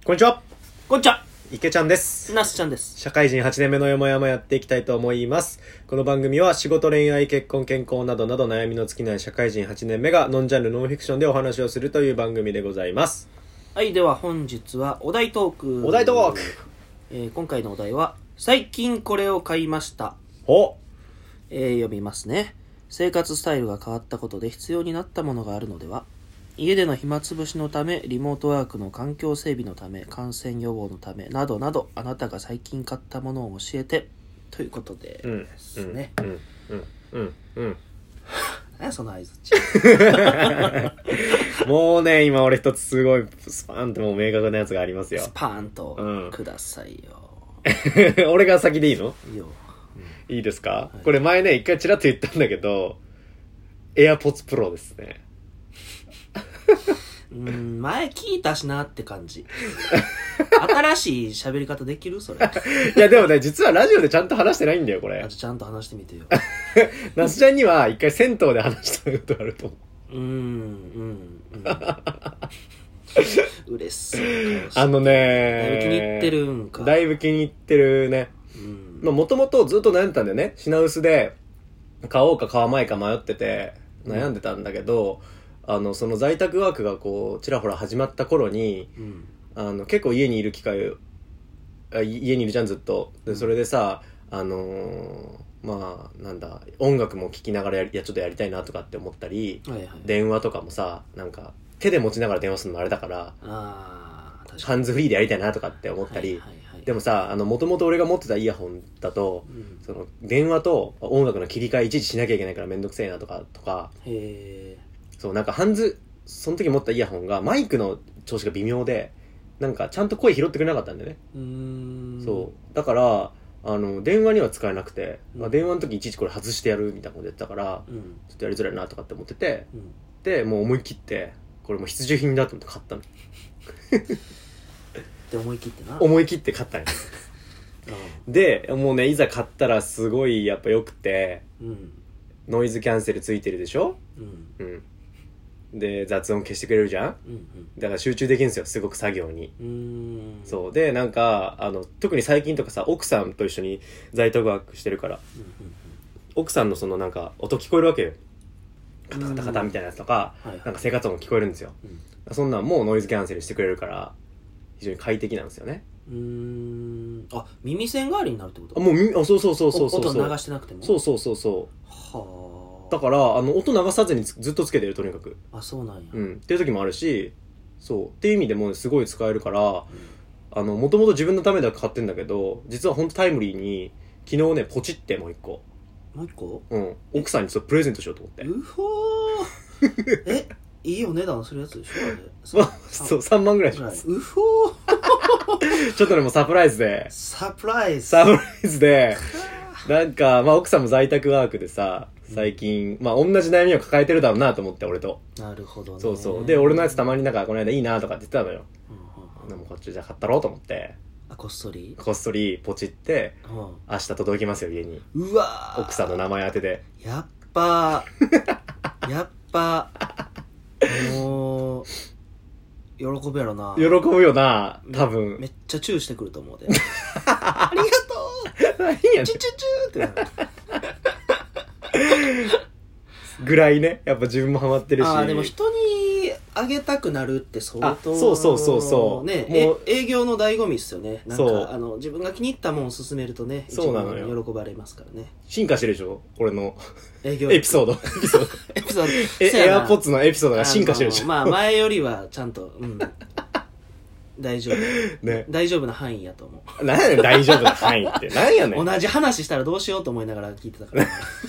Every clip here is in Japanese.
こんにちは。 こんにちは。 池ちゃんです。 なすちゃんです。 社会人8年目のよもやまやっていきたいと思います。この番組は仕事、恋愛、結婚、健康などなど悩みの尽きない社会人8年目がノンジャンルノンフィクションでお話をするという番組でございます。 はい、では本日はお題トーク。 お題トーク。 今回のお題は最近これを買いました。読みますね。生活スタイルが変わったことで必要になったものがあるのでは。家での暇つぶしのため、リモートワークの環境整備のため、感染予防のためなどなど、あなたが最近買ったものを教えてということでですね。何その合図ちもうね、今俺一つすごいスパーンともう明確なやつがありますよ。 スパーンとくださいよ。 俺が先でいいの？ いいよ。 いいですか？ はい、 これ前ね、一回ちらっと言ったんだけど、AirPods Pro ですね。 前聞いたしなって感じ。新しい喋り方できるそれ。 いやでもね、実はラジオでちゃんと話してないんだよ、これ。 ちゃんと話してみてよ。 那須ちゃんには一回銭湯で話したことあると思う。嬉しそう。 だいぶ気に入ってるんか。 だいぶ気に入ってるね。もともとずっと悩んでたんだよね。品薄で買おうか買わないか迷ってて悩んでたんだけど、その在宅ワークがこうちらほら始まった頃に、結構家にいる機会、家にいるじゃんずっと。でそれでさ、まあなんだ、音楽も聴きながらちょっとやりたいなとかって思ったり、電話とかもさ、なんか手で持ちながら電話するのあれだから、ハンズフリーでやりたいなとかって思ったり、でもさ、もともと俺が持ってたイヤホンだと、その電話と音楽の切り替えいちいちしなきゃいけないからめんどくせえなとか、そう、なんかその時持ったイヤホンがマイクの調子が微妙で、なんかちゃんと声拾ってくれなかったんだよね。そうだから電話には使えなくて、電話の時いちいちこれ外してやるみたいなことやってたから、ちょっとやりづらいなとかって思ってて、でもう思い切ってこれもう必需品だと思って買ったの。 で思い切ってな。 思い切って買ったんですでもうね、いざ買ったらすごいやっぱ良くて、ノイズキャンセルついてるでしょ。で雑音消してくれるじゃん、だから集中できるんですよ、すごく作業に。そうで、なんか特に最近とかさ、奥さんと一緒に在宅ワークしてるから、奥さんのそのなんか音聞こえるわけよ。カタカタカタみたいなやつとか、なんか生活音も聞こえるんですよ。そんなんもうノイズキャンセルしてくれるから非常に快適なんですよね。 耳栓代わりになるってこと？ もうそう音流してなくても。 そうだから音流さずにずっとつけてる、とにかく。 そうなんや。 っていう時もあるし、そうっていう意味でもすごい使えるから、もともと自分のためで買ってんだけど、実はほんとタイムリーに昨日ね、ポチってもう一個奥さんにちょっとプレゼントしようと思って。 いいお値段するやつでしょ。 そう3万ぐらいします。ちょっとでもサプライズでなんか奥さんも在宅ワークでさ、最近同じ悩みを抱えてるだろうなと思って、俺と。 なるほどね。 そうで、俺のやつたまになんかこの間いいなとかって言ってたのよ。でもこっちじゃ買ったろうと思って、 こっそりポチって、明日届きますよ、家に。 うわ奥さんの名前当てで。 やっぱもう喜ぶやろな。 喜ぶよな、多分。 めっちゃチューしてくると思うで。ありがとう。 何やねん。 チュチュチュってなるぐらいね、やっぱ自分もハマってるし。 でも人にあげたくなるって相当そうね、営業の醍醐味っすよね。なんか自分が気に入ったもんを勧めるとね、 そうなのよ、 喜ばれますからね。 進化してるでしょ、俺の営業エピソードエアポッツのエピソードが進化してるでしょ。 前よりはちゃんと大丈夫ね。大丈夫な範囲やと思う。 何やねん大丈夫な範囲って。何やねん。 同じ話したらどうしようと思いながら聞いてたから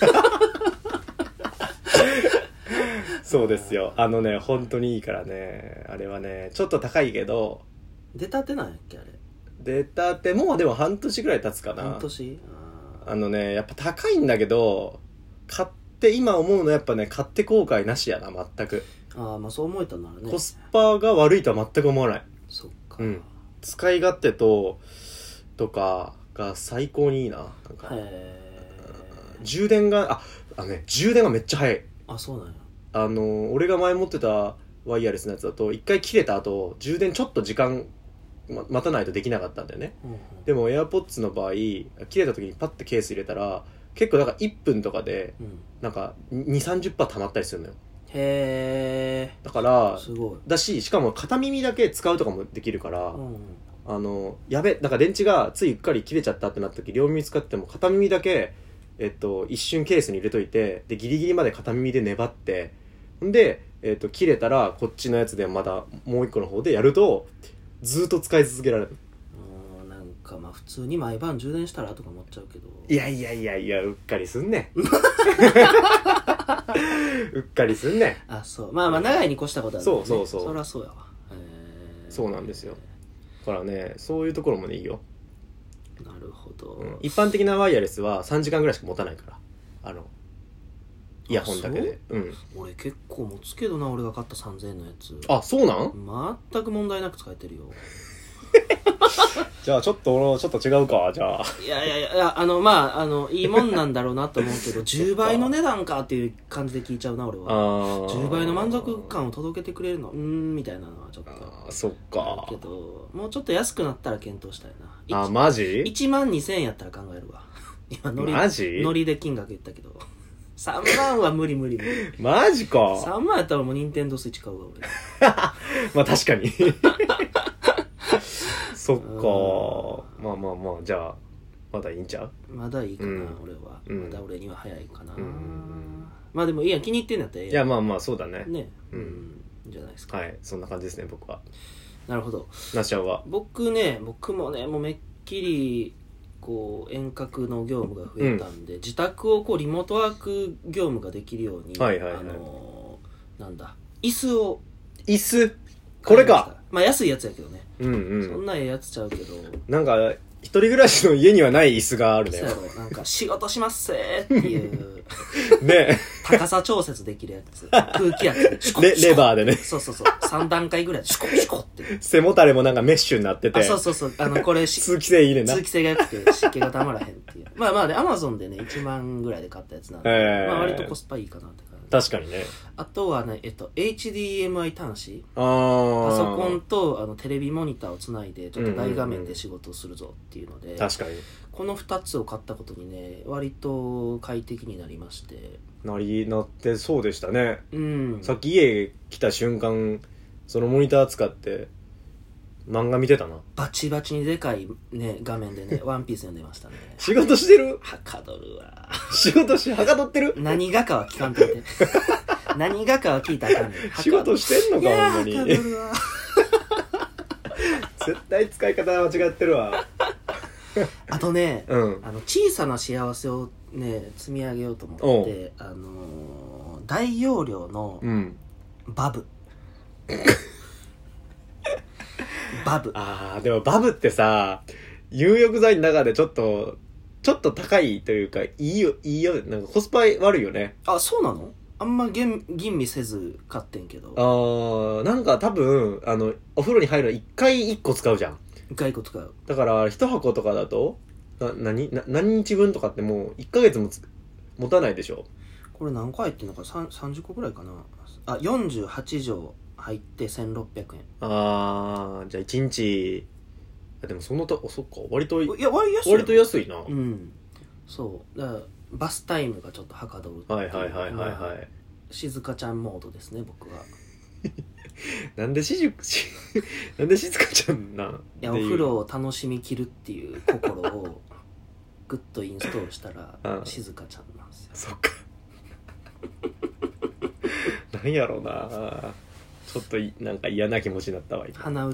そうですよ。本当にいいからね。あれはね、ちょっと高いけど。 出たてなんやっけ、あれ。 出たてもうでも半年ぐらい経つかな。 半年。 やっぱ高いんだけど、買って今思うのはやっぱね、買って後悔なしやな、全く。 そう思えたならね。 コスパが悪いとは全く思わない。 そっか。 使い勝手とかが最高にいいな。なんか充電が充電がめっちゃ早い。 そうなんや。 俺が前持ってたワイヤレスのやつだと一回切れた後充電ちょっと時間待たないとできなかったんだよね、でも AirPods の場合切れた時にパッてケース入れたら結構なんか1分とかでなんか 2,30% 溜まったりするのよ。 へーだからすごいだしかも片耳だけ使うとかもできるから、やべなんか電池がついうっかり切れちゃったってなった時両耳使っても片耳だけ一瞬ケースに入れといてでギリギリまで片耳で粘ってんで、切れたらこっちのやつでまたもう一個の方でやるとずっと使い続けられる。 なんかまあ普通に毎晩充電したらとか思っちゃうけどいやうっかりすんねんうっかりすんねん。 あそうまあ長いに越したことはない、ね、 そうそりゃそうやわ。 そうなんですよ。だからねそういうところもねいいよ。 なるほど、 一般的なワイヤレスは3時間ぐらいしか持たないからイヤホンだけで。 俺結構持つけどな俺が買った3000円のやつ。 あそうなん？ 全く問題なく使えてるよじゃあちょっと違うか。じゃあいやいいもんなんだろうなと思うけど10倍の値段かっていう感じで聞いちゃうな俺は。10倍の満足感を届けてくれるのみたいなのはちょっとそっかけどもうちょっと安くなったら検討したいな。 マジ ？12,000円やったら考えるわ今ノリで金額言ったけど3万は無理マジか。 3万やったらもうニンテンドースイッチ買うわ俺まあ確かにそっか。まあじゃあまだいいんちゃう？ まだいいかな、俺は、まだ俺には早いかな、まあでもいいや気に入ってんだったらいやまあそうだねいいんじゃないですか。 はいそんな感じですね僕は。 なるほど。 なっちゃうは僕もねもうめっきりこう遠隔の業務が増えたんで、自宅をこうリモートワーク業務ができるように、なんだ椅子これか。まあ安いやつやけどね、そんなやつちゃうけどなんか一人暮らしの家にはない椅子があるね。 そうやろなんか仕事しますせーっていうね高さ調節できるやつ空気圧でレバーでねそう3段階ぐらいシコシコって背もたれもなんかメッシュになっててそうこれ通気性いいねんな。 通気性が良くて湿気がたまらへんっていうまあで Amazon でね1万ぐらいで買ったやつなんで、割とコスパいいかなって感じ。 確かにね。 あとはねHDMI 端子パソソコンとテレビモニターをつないでちょっと大画面で仕事をするぞっていうので、 確かにこの2つを買ったことにね割と快適になりましてなってそうでしたね。さっき家来た瞬間そのモニター使って漫画見てたな。 バチバチにでかいね画面でねワンピース読んでましたね。 仕事してる？ はかどるわ。 仕事はかどってる？ 何がかは聞かんといて何がかは聞いたらあかんねん。 仕事してんのかほんまに。 はかどるわ絶対使い方間違ってるわあとね、小さな幸せをね積み上げようと思って大容量のバブ、 でもバブってさ入浴剤の中でちょっと高いというかいいよなんかコスパ悪いよね。 そうなの？あんま吟味せず買ってんけど。 なんか多分お風呂に入るの1回1個使うじゃん。 1回1個使う。 だから1箱とかだと何日分とかってもう1ヶ月も持たないでしょ。 これ何個入ってんのか30個くらいかな。48錠入って1600円。 じゃあ1日でもそっか割と安いな。 そうだからバスタイムがちょっとはかどるっていう。静香ちゃんモードですね僕はなんで静香ちゃんな。 いやお風呂を楽しみきるっていう心をグッとインストールしたら静香ちゃんなんですよ。 そっかなんやろうなちょっとなんか嫌な気持ちになったわ今。 鼻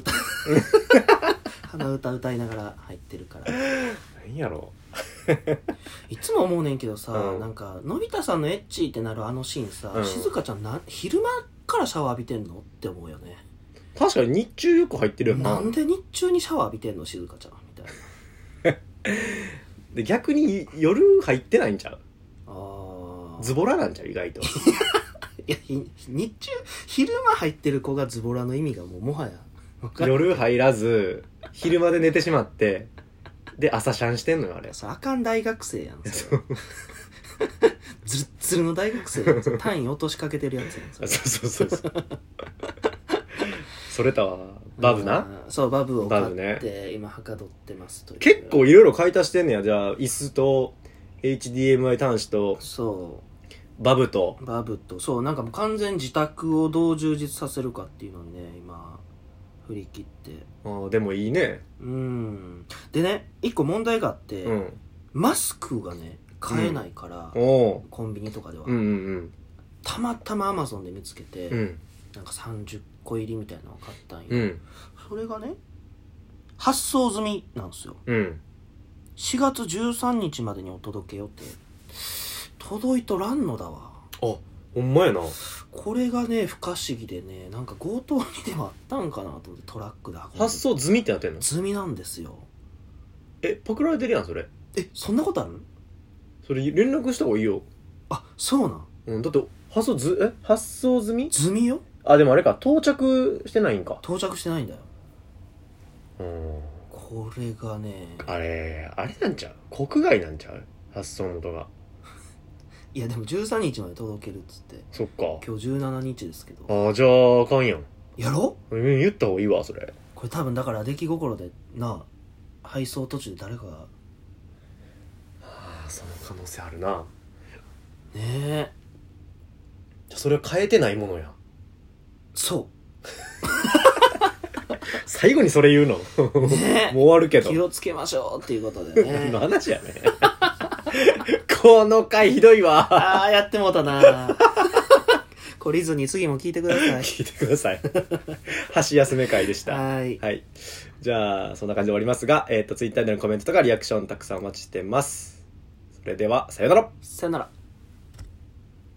歌歌いながら入ってるからなんやろいつも思うねんけどさ、なんかのび太さんのエッチーってなるあのシーンさ、静香ちゃん昼間からシャワー浴びてんのって思うよね。 確かに日中よく入ってるよな。 なんで日中にシャワー浴びてんの静香ちゃんみたいなで逆に夜入ってないんちゃう？ズボラなんちゃう意外といや日中昼間入ってる子がズボラの意味がもはや夜入らず昼まで寝てしまってで朝シャンしてんのよあれ。 あかん大学生やんそれずるっずるの大学生やん単位落としかけてるやつやんそそれとはバブな、 そうバブを買って、 ね、 今はかどってますという。 結構いろいろ買い足してんねや。じゃあ椅子と HDMI 端子とそうバブとそうなんかもう完全自宅をどう充実させるかっていうのにね今振り切って。 あでもいいね。 でね一個問題があって、マスクがね買えないから、コンビニとかでは、たまたま Amazon で見つけて、なんか30個入りみたいなのを買ったんよ、それがね発送済みなんですよ、4月13日までにお届け予定。届いとらんのだわ。 ほんまやな。 これがね不可思議でね、なんか強盗にでもあったんかなと思って。トラックで運んで発送済みってなってんの？ 済みなんですよ。 パクられてるやんそれ。 そんなことある？ それ連絡した方がいいよ。 そうなん？ だって発送済み？ 済みよ。 でもあれか、到着してないんか。 到着してないんだよ。これがねあれなんちゃう？国外なんちゃう？発送元が。 いやでも13日まで届けるっつって。 そっか。 今日17日ですけど。 じゃああかんやん。 やろ？ 言った方がいいわそれ。 これ多分だから出来心でな、配送途中で誰かが。 その可能性あるな。 ねえ。 それは変えてないものや。 そう最後にそれ言うのねもう終わるけど気をつけましょうっていうことでね何の話やねこの回ひどいわやってもうたな懲りずに次も聞いてください聞いてください箸休め会でしたはい、 じゃあそんな感じで終わりますが、ツイッターでのコメントとかリアクションたくさんお待ちしてます。それではさよなら。 さよなら。